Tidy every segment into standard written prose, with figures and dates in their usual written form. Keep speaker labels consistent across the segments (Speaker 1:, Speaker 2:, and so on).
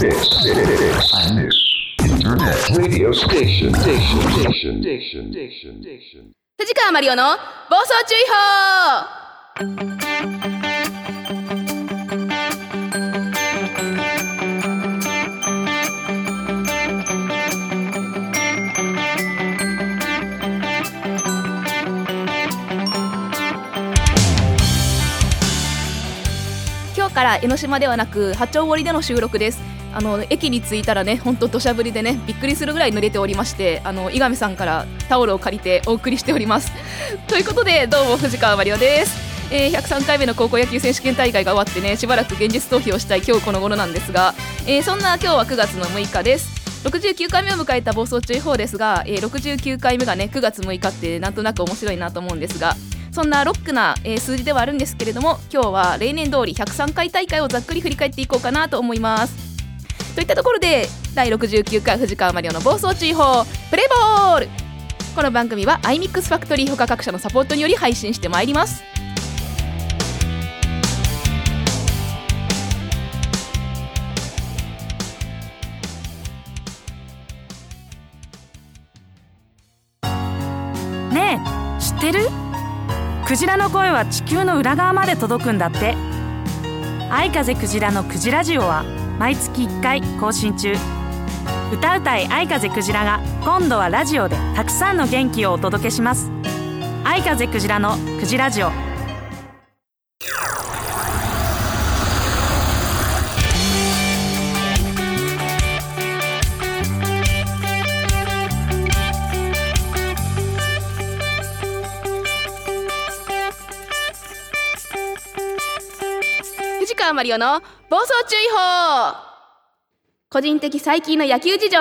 Speaker 1: Internet radio station.
Speaker 2: 藤川マリオの暴走注意報。今日から江ノ島ではなく八丁堀での収録です。駅に着いたらね、ほんと土砂降りでね、びっくりするぐらい濡れておりまして、伊上さんからタオルを借りてお送りしておりますということで、どうも藤川マリオです。103回目の高校野球選手権大会が終わってね、しばらく現実逃避をしたい今日この頃なんですが、そんな今日は9月の6日です。69回目を迎えた暴走注意報ですが、69回目がね9月6日ってなんとなく面白いなと思うんですが、そんなロックな、数字ではあるんですけれども、今日は例年通り103回大会をざっくり振り返っていこうかなと思います。といったところで、第69回藤川マリオの暴走注意報プレイボール。この番組は iMix ファクトリー他各社のサポートにより配信してまいります。
Speaker 3: ねえ、知ってる？クジラの声は地球の裏側まで届くんだって。愛風クジラのクジラジオは毎月1回更新中。歌うたい愛風クジラが今度はラジオでたくさんの元気をお届けします。愛風クジラのクジラジオ。
Speaker 2: 藤川マリオの暴走注意報。個人的最近の野球事情。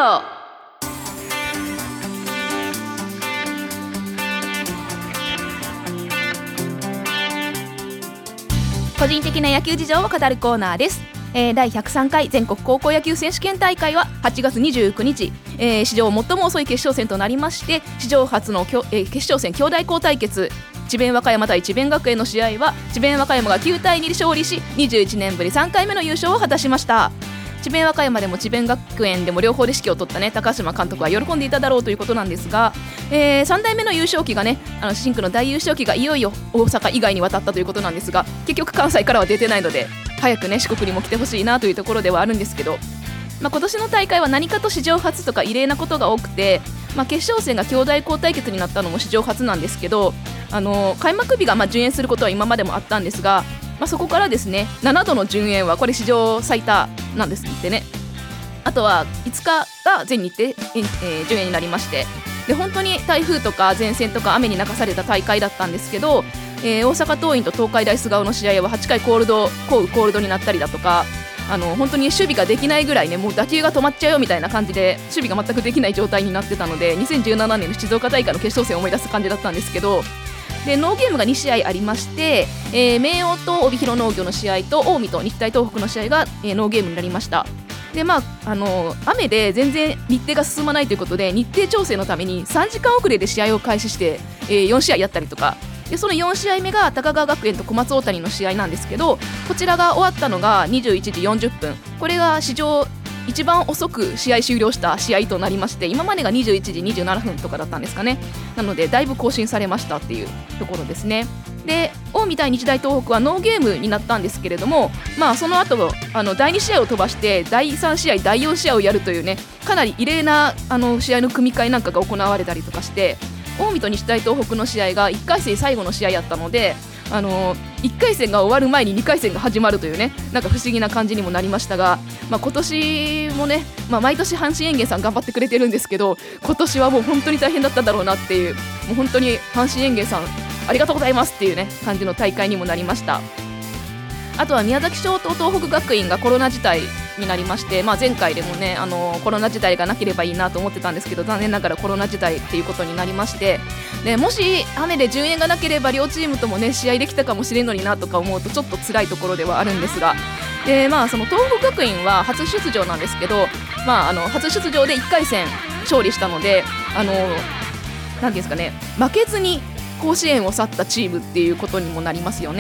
Speaker 2: 個人的な野球事情を語るコーナーです。第103回全国高校野球選手権大会は8月29日、史上最も遅い決勝戦となりまして、史上初の決勝戦兄弟校対決、智弁和歌山対智弁学園の試合は智弁和歌山が9対2で勝利し、21年ぶり3回目の優勝を果たしました。智弁和歌山でも智弁学園でも両方で指揮を取ったね高島監督は喜んでいただろうということなんですが、3代目の優勝旗がね、深紅の大優勝旗がいよいよ大阪以外に渡ったということなんですが、結局関西からは出てないので、早くね四国にも来てほしいなというところではあるんですけど、今年の大会は何かと史上初とか異例なことが多くて、決勝戦が兄弟校対決になったのも史上初なんですけど、開幕日が順延することは今までもあったんですが、そこからですね7度の順延はこれ史上最多なんですってね。あとは5日が全日程、順延になりまして、で本当に台風とか前線とか雨に流された大会だったんですけど、大阪桐蔭と東海大菅生の試合は8回降雨コールドになったりだとか、本当に守備ができないぐらいね、もう打球が止まっちゃうよみたいな感じで守備が全くできない状態になってたので、2017年の静岡大会の決勝戦を思い出す感じだったんですけど、でノーゲームが2試合ありまして、明桜と帯広農業の試合と近江と日体東北の試合が、ノーゲームになりました。で雨で全然日程が進まないということで、日程調整のために3時間遅れで試合を開始して、4試合やったりとかで、その4試合目が高川学園と小松大谷の試合なんですけど、こちらが終わったのが21時40分。これが史上一番遅く試合終了した試合となりまして、今までが21時27分とかだったんですかね。なのでだいぶ更新されましたっていうところですね。で近江対日大東北はノーゲームになったんですけれども、その後第2試合を飛ばして第3試合第4試合をやるというね、かなり異例な試合の組み替えなんかが行われたりとかして、近江と日大東北の試合が1回戦最後の試合やったので、1回戦が終わる前に2回戦が始まるというね、なんか不思議な感じにもなりましたが、今年もね、毎年阪神園芸さん頑張ってくれてるんですけど、今年はもう本当に大変だったんだろうなっていう、もう本当に阪神園芸さんありがとうございますっていうね感じの大会にもなりました。あとは宮崎商と東北学院がコロナ自体になりまして、前回でもねコロナ自体がなければいいなと思ってたんですけど、残念ながらコロナ自体っていうことになりまして、でもし雨で順延がなければ両チームともね試合できたかもしれんのになとか思うとちょっと辛いところではあるんですが、でその東北学院は初出場なんですけど、初出場で1回戦勝利したので、なんていうんですかね、負けずに甲子園を去ったチームっていうことにもなりますよね。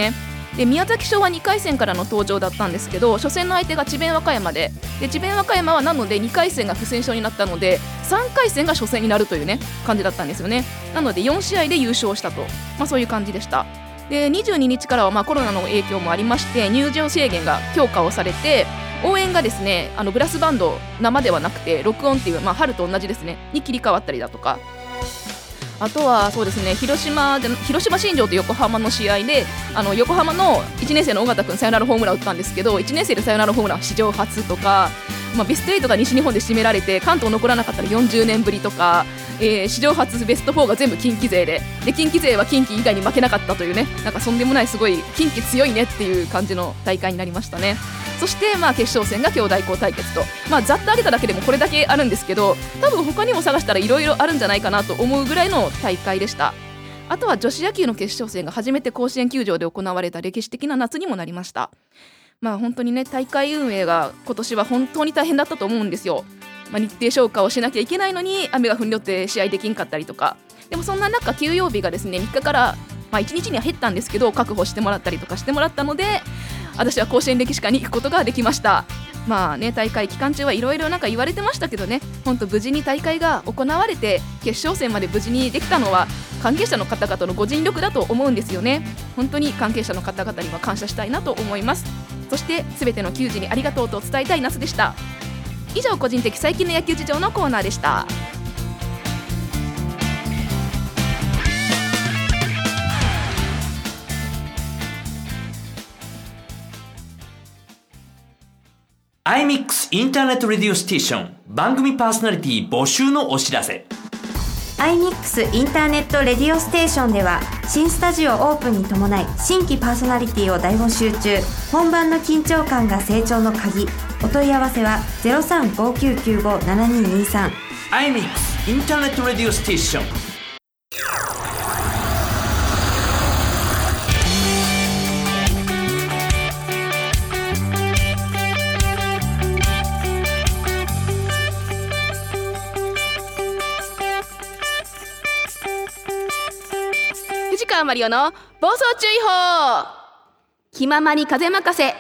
Speaker 2: で宮崎商は2回戦からの登場だったんですけど、初戦の相手が智弁和歌山で智弁和歌山はなので2回戦が不戦勝になったので3回戦が初戦になるというね感じだったんですよね。なので4試合で優勝したと、そういう感じでした。で22日からはコロナの影響もありまして入場制限が強化をされて、応援がですねブラスバンド生ではなくて録音っていう、春と同じですねに切り替わったりだとか、あとはそうですね広島新庄と横浜の試合で横浜の1年生の尾形君サヨナラホームラン打ったんですけど、1年生でサヨナラホームラン史上初とか、ベスト8が西日本で占められて関東残らなかったら40年ぶりとか、史上初ベスト4が全部近畿勢で近畿勢は近畿以外に負けなかったというね、なんかそんでもないすごい近畿強いねっていう感じの大会になりましたね。そして決勝戦が兄弟校対決と、ざっと挙げただけでもこれだけあるんですけど、多分他にも探したらいろいろあるんじゃないかなと思うぐらいの大会でした。あとは女子野球の決勝戦が初めて甲子園球場で行われた歴史的な夏にもなりました。本当にね大会運営が今年は本当に大変だったと思うんですよ。日程消化をしなきゃいけないのに雨が降りよって試合できんかったりとか、でもそんな中休養日がですね3日から1日には減ったんですけど確保してもらったりとかしてもらったので、私は甲子園歴史館に行くことができました。大会期間中はいろいろなんか言われてましたけどね、本当無事に大会が行われて決勝戦まで無事にできたのは関係者の方々のご尽力だと思うんですよね。本当に関係者の方々には感謝したいなと思います。そして全ての球児にありがとうと伝えたい夏でした。以上個人的最近の野球事情のコーナーでした。
Speaker 4: iMix インターネットレディオステーション番組パーソナリティ募集のお知らせ。
Speaker 5: iMix インターネットレディオステーションでは新スタジオオープンに伴い新規パーソナリティを大募集中。本番の緊張感が成長の鍵。お問い合わせは 0359957223。
Speaker 4: iMix インターネットレディオステーション。
Speaker 2: 藤川マリオの暴走注意報。気ままに風任せ。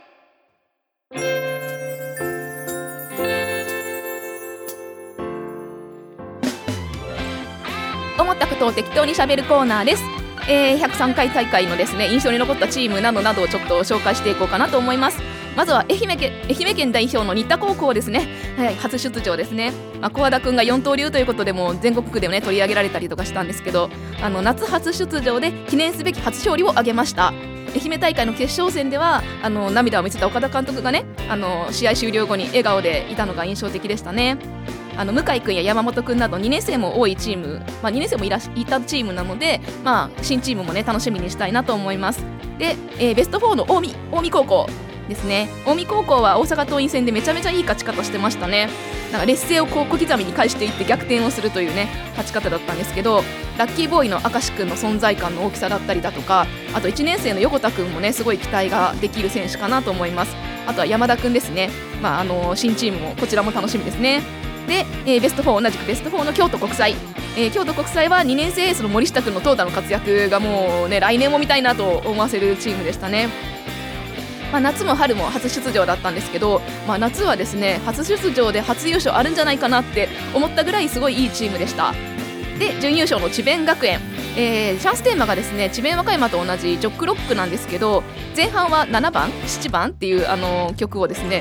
Speaker 2: 思ったことを適当に喋るコーナーです。103回大会のですね印象に残ったチームなどなどをちょっと紹介していこうかなと思います。まずは愛媛県代表の新田高校ですね、初出場ですね。小和田くんが4刀流ということでも全国区でもね取り上げられたりとかしたんですけど、夏初出場で記念すべき初勝利を挙げました。愛媛大会の決勝戦では涙を見せた岡田監督がね試合終了後に笑顔でいたのが印象的でしたね。向井くんや山本くんなど2年生も多いチーム、2年生もいたチームなので、新チームもね楽しみにしたいなと思います。で、ベスト4の近江高校ですね。近江高校は大阪桐蔭戦でめちゃめちゃいい勝ち方してましたね。なんか劣勢を小刻みに返していって逆転をするというね勝ち方だったんですけど、ラッキーボーイの明石くんの存在感の大きさだったりだとか、あと1年生の横田くんもねすごい期待ができる選手かなと思います。あとは山田くんですね。新チームもこちらも楽しみですね。で、ベスト4同じくベスト4の京都国際、京都国際は2年生エースの森下くんの投打の活躍がもうね来年も見たいなと思わせるチームでしたね。夏も春も初出場だったんですけど、夏はですね初出場で初優勝あるんじゃないかなって思ったぐらいすごいいいチームでした。で準優勝の智弁学園、チャンステーマがですね智弁和歌山と同じジョックロックなんですけど、前半は7番っていう曲をですね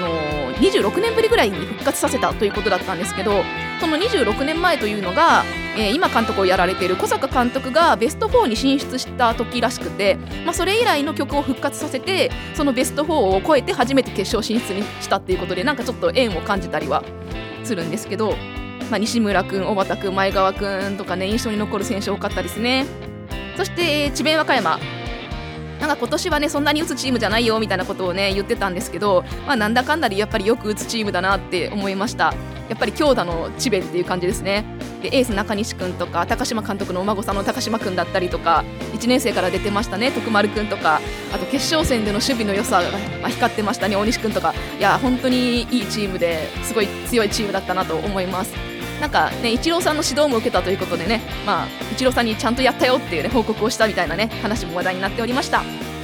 Speaker 2: 26年ぶりぐらいに復活させたということだったんですけど、その26年前というのが、今監督をやられている小坂監督がベスト4に進出した時らしくて、それ以来の曲を復活させてそのベスト4を超えて初めて決勝進出にしたっていうことで、なんかちょっと縁を感じたりはするんですけど、西村くん、小畑くん、前川くんとかね印象に残る選手多かったですね。そして、智弁和歌山なんか今年はねそんなに打つチームじゃないよみたいなことをね言ってたんですけど、なんだかんだでやっぱりよく打つチームだなって思いました。やっぱり強打の智弁っていう感じですね。でエース中西くんとか高島監督のお孫さんの高島くんだったりとか、1年生から出てましたね徳丸くんとか、あと決勝戦での守備の良さが光ってましたね大西くんとか。いや本当にいいチームですごい強いチームだったなと思います。なんかねイチローさんの指導も受けたということでね、イチローさんにちゃんとやったよっていう、ね、報告をしたみたいなね話も話題になっておりました。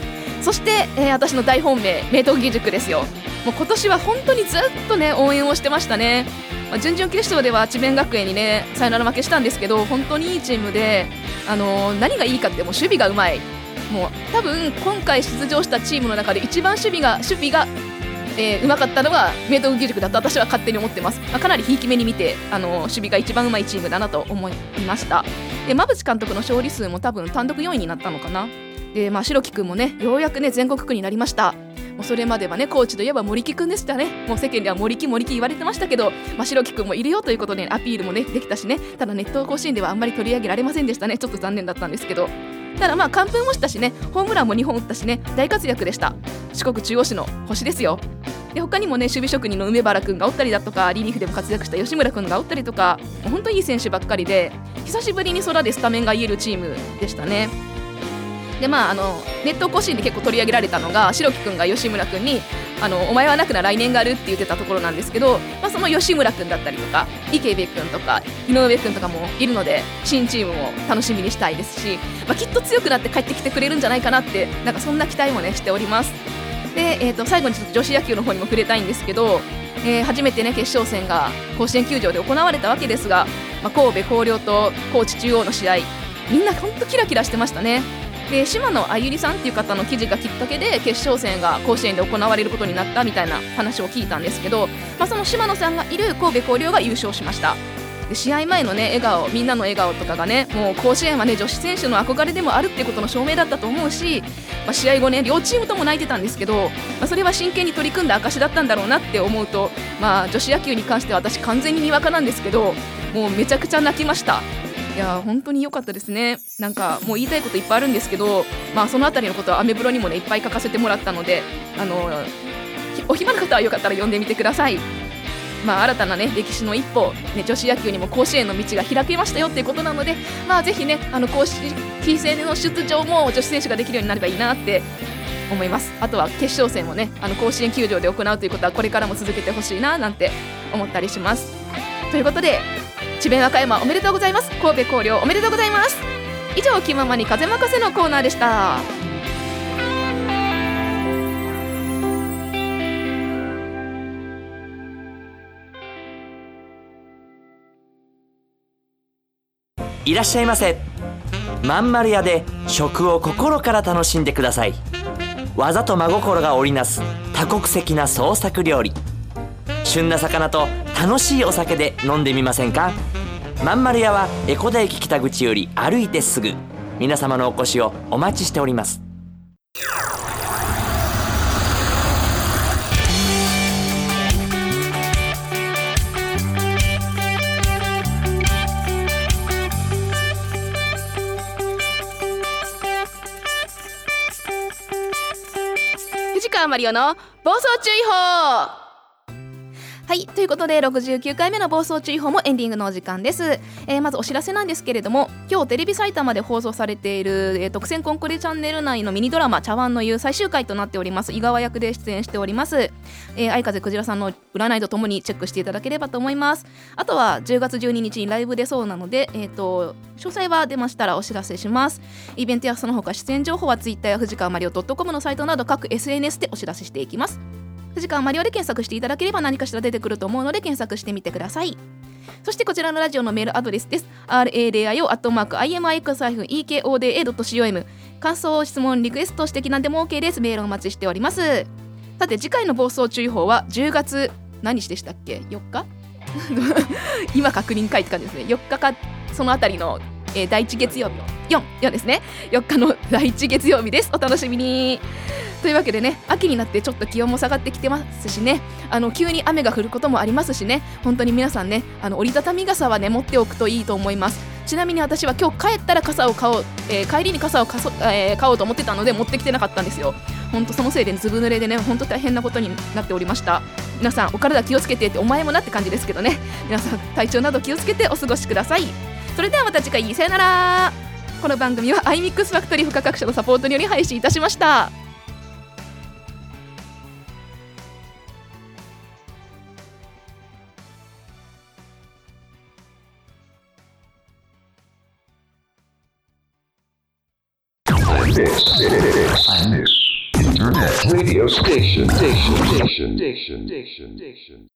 Speaker 2: そして、私の大本命明徳義塾ですよ。もう今年は本当にずっとね応援をしてましたね。準々決勝では智弁学園にねサヨナラ負けしたんですけど、本当にいいチームで、何がいいかってもう守備がうまい。もう多分今回出場したチームの中で一番守備がうまかったのが明徳義塾だと私は勝手に思ってます。かなりひいき目に見て守備が一番うまいチームだなと思いました。で馬淵監督の勝利数も多分単独4位になったのかな。で白木君もねようやくね全国区になりました。もうそれまではねコーチといえば森木君でしたね。もう世間では森木言われてましたけど、白木君もいるよということでアピールもねできたしね。ただネット甲子園ではあんまり取り上げられませんでしたね。ちょっと残念だったんですけど、ただ完封もしたしね、ホームランも2本打ったしね、大活躍でした。四国中央市の星ですよ。で他にもね守備職人の梅原君がおったりだとか、リリーフでも活躍した吉村君がおったりとか、もう本当にいい選手ばっかりで、久しぶりに空でスタメンが言えるチームでしたね。でネット甲子園で結構取り上げられたのが白木君が吉村君にお前はなくな来年があるって言ってたところなんですけど、その吉村君だったりとか池部君とか井上君とかもいるので、新チームも楽しみにしたいですし、きっと強くなって帰ってきてくれるんじゃないかなって、なんかそんな期待もねしております。で、最後にちょっと女子野球の方にも触れたいんですけど、初めてね決勝戦が甲子園球場で行われたわけですが、神戸広陵と高知中央の試合、みんなほんとキラキラしてましたね。で島野あゆりさんっていう方の記事がきっかけで決勝戦が甲子園で行われることになったみたいな話を聞いたんですけど、その島野さんがいる神戸広陵が優勝しました。で試合前のね笑顔、みんなの笑顔とかがね、もう甲子園はね女子選手の憧れでもあるっていうことの証明だったと思うし、試合後ね両チームとも泣いてたんですけど、それは真剣に取り組んだ証だったんだろうなって思うと、女子野球に関しては私完全ににわかなんですけど、もうめちゃくちゃ泣きました。いや本当に良かったですね。なんかもう言いたいこといっぱいあるんですけど、そのあたりのことはアメブロにもねいっぱい書かせてもらったので、お暇な方はよかったら読んでみてください。新たなね歴史の一歩、女子野球にも甲子園の道が開けましたよっていうことなので、ぜひね公式戦での出場も女子選手ができるようになればいいなって思います。あとは決勝戦もね甲子園球場で行うということはこれからも続けてほしいななんて思ったりします。ということで智弁和歌山おめでとうございます。神戸広陵おめでとうございます。以上気ままに風任せのコーナーでした。
Speaker 4: いらっしゃいませ。まんまる屋で食を心から楽しんでください。技と真心が織りなす多国籍な創作料理、旬な魚と楽しいお酒で飲んでみませんか。まんまる屋は江古田駅北口より歩いてすぐ。皆様のお越しをお待ちしております。
Speaker 2: 藤川マリオの暴走注意報。はい、ということで69回目の暴走注意報もエンディングのお時間です。まずお知らせなんですけれども、今日テレビ埼玉で放送されている、特選コンクリチャンネル内のミニドラマ茶碗の湯最終回となっております。井川役で出演しております、相風クジラさんの占いとともにチェックしていただければと思います。あとは10月12日にライブ出そうなので、詳細は出ましたらお知らせします。イベントやその他出演情報は Twitter や藤川マリオ .com のサイトなど各 SNS でお知らせしていきます。藤川マリオで検索していただければ何かしら出てくると思うので検索してみてください。そしてこちらのラジオのメールアドレスです。radio@imix-ekoda.com。 感想、質問、リクエスト、指摘なんでも OK です。メールお待ちしております。さて次回の暴走注意報は10月何日でしたっけ、4日今確認会って感じですね。4日かそのあたりの、第1月曜日4ですね。4日の第1月曜日です。お楽しみに。というわけでね、秋になってちょっと気温も下がってきてますしね、急に雨が降ることもありますしね、本当に皆さんね、折りたたみ傘はね持っておくといいと思います。ちなみに私は今日帰ったら傘を買おう、帰りに傘を買おうと思ってたので持ってきてなかったんですよ。本当そのせいでずぶ濡れでね、本当大変なことになっておりました。皆さんお体気をつけてって、お前もなって感じですけどね、皆さん体調など気をつけてお過ごしください。それではまた次回、さよなら。この番組は iMix ファクトリー付加各社のサポートにより配信いたしました。
Speaker 1: This Internet radio station.